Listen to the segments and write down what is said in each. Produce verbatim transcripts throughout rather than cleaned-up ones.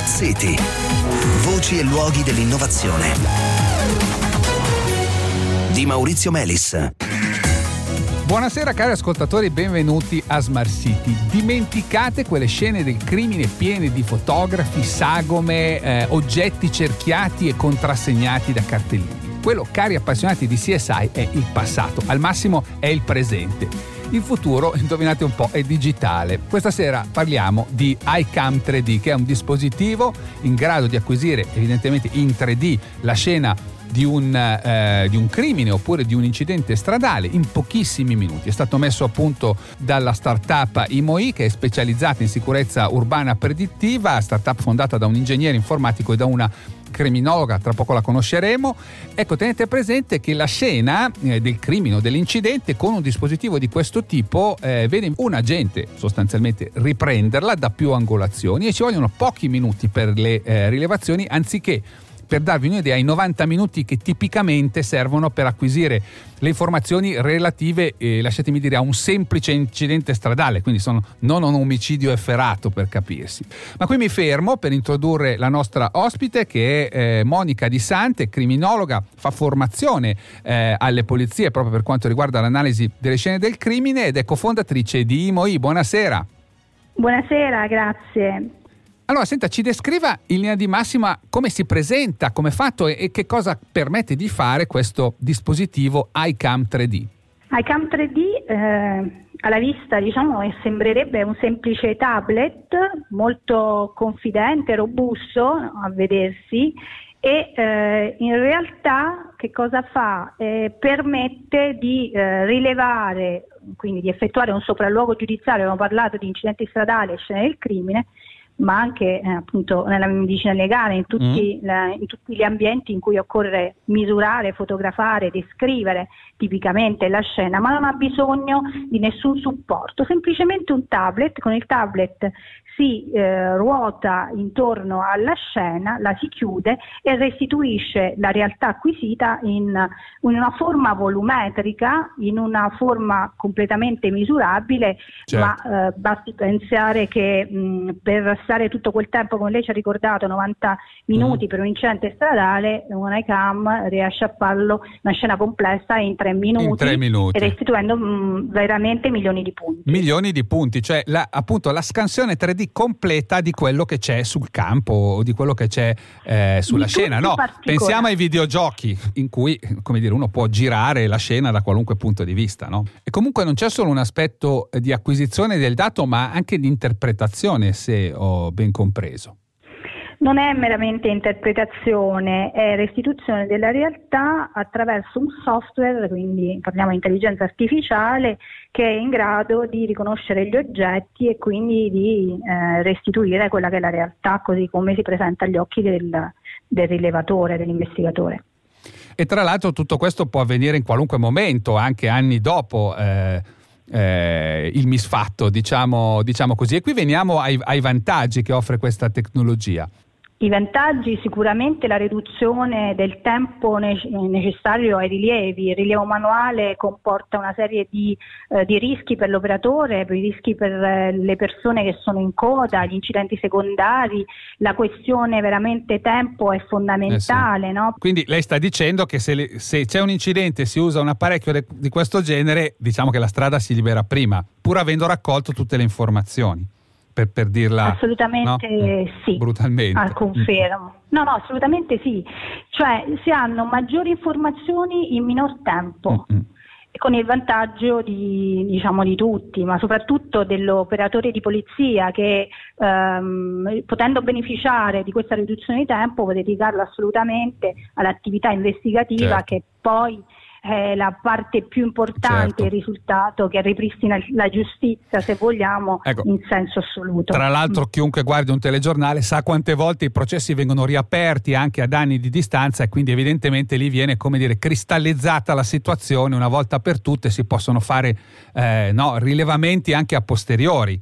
Smart City. Voci e luoghi dell'innovazione. Di Maurizio Melis. Buonasera cari ascoltatori, benvenuti a Smart City. Dimenticate quelle scene del crimine piene di fotografi, sagome, eh, oggetti cerchiati e contrassegnati da cartellini. Quello, cari appassionati di C S I, è il passato, al massimo è il presente. Il futuro, indovinate un po', è digitale. Questa sera parliamo di iCam tre D, che è un dispositivo in grado di acquisire evidentemente in tre D la scena di un, eh, di un crimine oppure di un incidente stradale in pochissimi minuti. È stato messo a punto dalla startup I M O I, che è specializzata in sicurezza urbana predittiva, startup fondata da un ingegnere informatico e da una criminologa, tra poco la conosceremo. Ecco, tenete presente che la scena eh, del crimine o dell'incidente con un dispositivo di questo tipo eh, vede un agente sostanzialmente riprenderla da più angolazioni e ci vogliono pochi minuti per le eh, rilevazioni, anziché, per darvi un'idea, i novanta minuti che tipicamente servono per acquisire le informazioni relative, eh, lasciatemi dire, a un semplice incidente stradale, quindi sono non un omicidio efferato, per capirsi. Ma qui mi fermo per introdurre la nostra ospite, che è eh, Monica Di Sante, criminologa, fa formazione eh, alle polizie proprio per quanto riguarda l'analisi delle scene del crimine ed è cofondatrice di I M O I. Buonasera. Buonasera, grazie. Allora, senta, ci descriva in linea di massima come si presenta, come è fatto e, e che cosa permette di fare questo dispositivo iCam tre D. iCam tre D eh, alla vista, diciamo, sembrerebbe un semplice tablet molto confidente, robusto a vedersi e eh, in realtà che cosa fa? Eh, permette di eh, rilevare, quindi di effettuare un sopralluogo giudiziario. Abbiamo parlato di incidenti stradali e scene del crimine, ma anche eh, appunto nella medicina legale, in tutti, mm. la, in tutti gli ambienti in cui occorre misurare, fotografare, descrivere tipicamente la scena, ma non ha bisogno di nessun supporto, semplicemente un tablet. Con il tablet si eh, ruota intorno alla scena, la si chiude e restituisce la realtà acquisita in, in una forma volumetrica, in una forma completamente misurabile, certo. ma eh, basti pensare che mh, per stare tutto quel tempo, come lei ci ha ricordato, novanta minuti mm. per un incidente stradale, un iCam riesce a farlo una scena complessa in tre minuti, in tre minuti. E restituendo mh, veramente milioni di punti. Milioni di punti, cioè la, appunto la scansione tre D completa di quello che c'è sul campo o di quello che c'è eh, sulla di scena. No, pensiamo ai videogiochi in cui, come dire, uno può girare la scena da qualunque punto di vista, no? E comunque non c'è solo un aspetto di acquisizione del dato, ma anche di interpretazione, se ho ben compreso. Non è meramente interpretazione, è restituzione della realtà attraverso un software, quindi parliamo di intelligenza artificiale, che è in grado di riconoscere gli oggetti e quindi di eh, restituire quella che è la realtà così come si presenta agli occhi del, del rilevatore, dell'investigatore. E tra l'altro tutto questo può avvenire in qualunque momento, anche anni dopo eh, eh, il misfatto, diciamo, diciamo così. E qui veniamo ai, ai vantaggi che offre questa tecnologia. I vantaggi: sicuramente la riduzione del tempo necessario ai rilievi. Il rilievo manuale comporta una serie di, eh, di rischi per l'operatore, per i rischi per eh, le persone che sono in coda, gli incidenti secondari. La questione veramente tempo è fondamentale, eh sì. no? Quindi lei sta dicendo che se, le, se c'è un incidente e si usa un apparecchio de, di questo genere, diciamo che la strada si libera prima, pur avendo raccolto tutte le informazioni. Per, per dirla assolutamente no? Sì, brutalmente. Al confermo. No, no, assolutamente sì. Cioè si hanno maggiori informazioni in minor tempo. Mm-hmm. Con il vantaggio di, diciamo, di tutti, ma soprattutto dell'operatore di polizia che ehm, potendo beneficiare di questa riduzione di tempo può dedicarlo assolutamente all'attività investigativa, certo. che poi è la parte più importante, certo. il risultato che ripristina la giustizia, se vogliamo, ecco, in senso assoluto. Tra l'altro chiunque guardi un telegiornale sa quante volte i processi vengono riaperti anche ad anni di distanza e quindi evidentemente lì viene, come dire, cristallizzata la situazione una volta per tutte, si possono fare eh, no, rilevamenti anche a posteriori.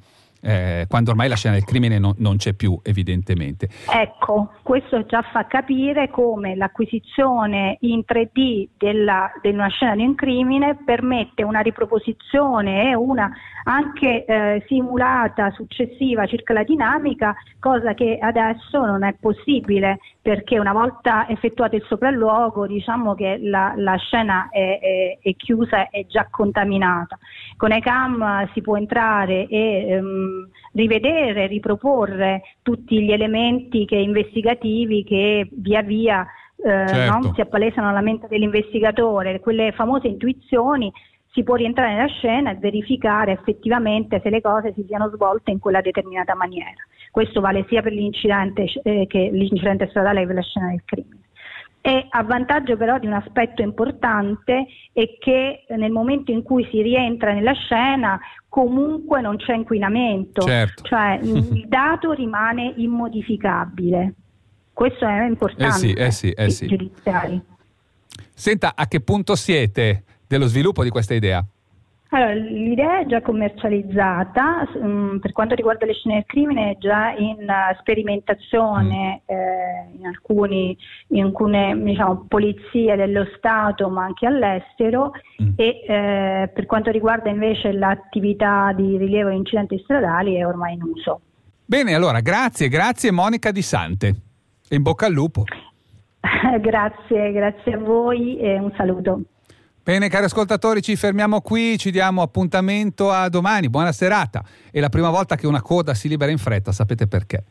eh, quando ormai la scena del crimine non, non c'è più, evidentemente. Ecco, questo già fa capire come l'acquisizione in tre D della, di una scena di un crimine permette una riproposizione e una anche eh, simulata successiva circa la dinamica, cosa che adesso non è possibile, perché una volta effettuato il sopralluogo diciamo che la, la scena è, è, è chiusa, è già contaminata. Con ECAM si può entrare e ehm, rivedere, riproporre tutti gli elementi che investigativi che via via eh, certo. no, si appalesano alla mente dell'investigatore, quelle famose intuizioni. Si può rientrare nella scena e verificare effettivamente se le cose si siano svolte in quella determinata maniera. Questo vale sia per l'incidente eh, che l'incidente stradale che per la scena del crimine. E a vantaggio però di un aspetto importante è che nel momento in cui si rientra nella scena comunque non c'è inquinamento, certo. cioè il dato rimane immodificabile. Questo è importante. Eh sì, eh sì, eh sì. Giudiziari. Senta, a che punto siete dello sviluppo di questa idea? Allora, l'idea è già commercializzata, um, per quanto riguarda le scene del crimine è già in uh, sperimentazione mm. eh, in, alcuni, in alcune diciamo, polizie dello Stato ma anche all'estero mm. e eh, per quanto riguarda invece l'attività di rilievo di incidenti stradali è ormai in uso. Bene, allora grazie, grazie Monica Di Sante e in bocca al lupo. Grazie, grazie a voi e un saluto. Bene cari ascoltatori, ci fermiamo qui, ci diamo appuntamento a domani, buona serata. È la prima volta che una coda si libera in fretta, sapete perché?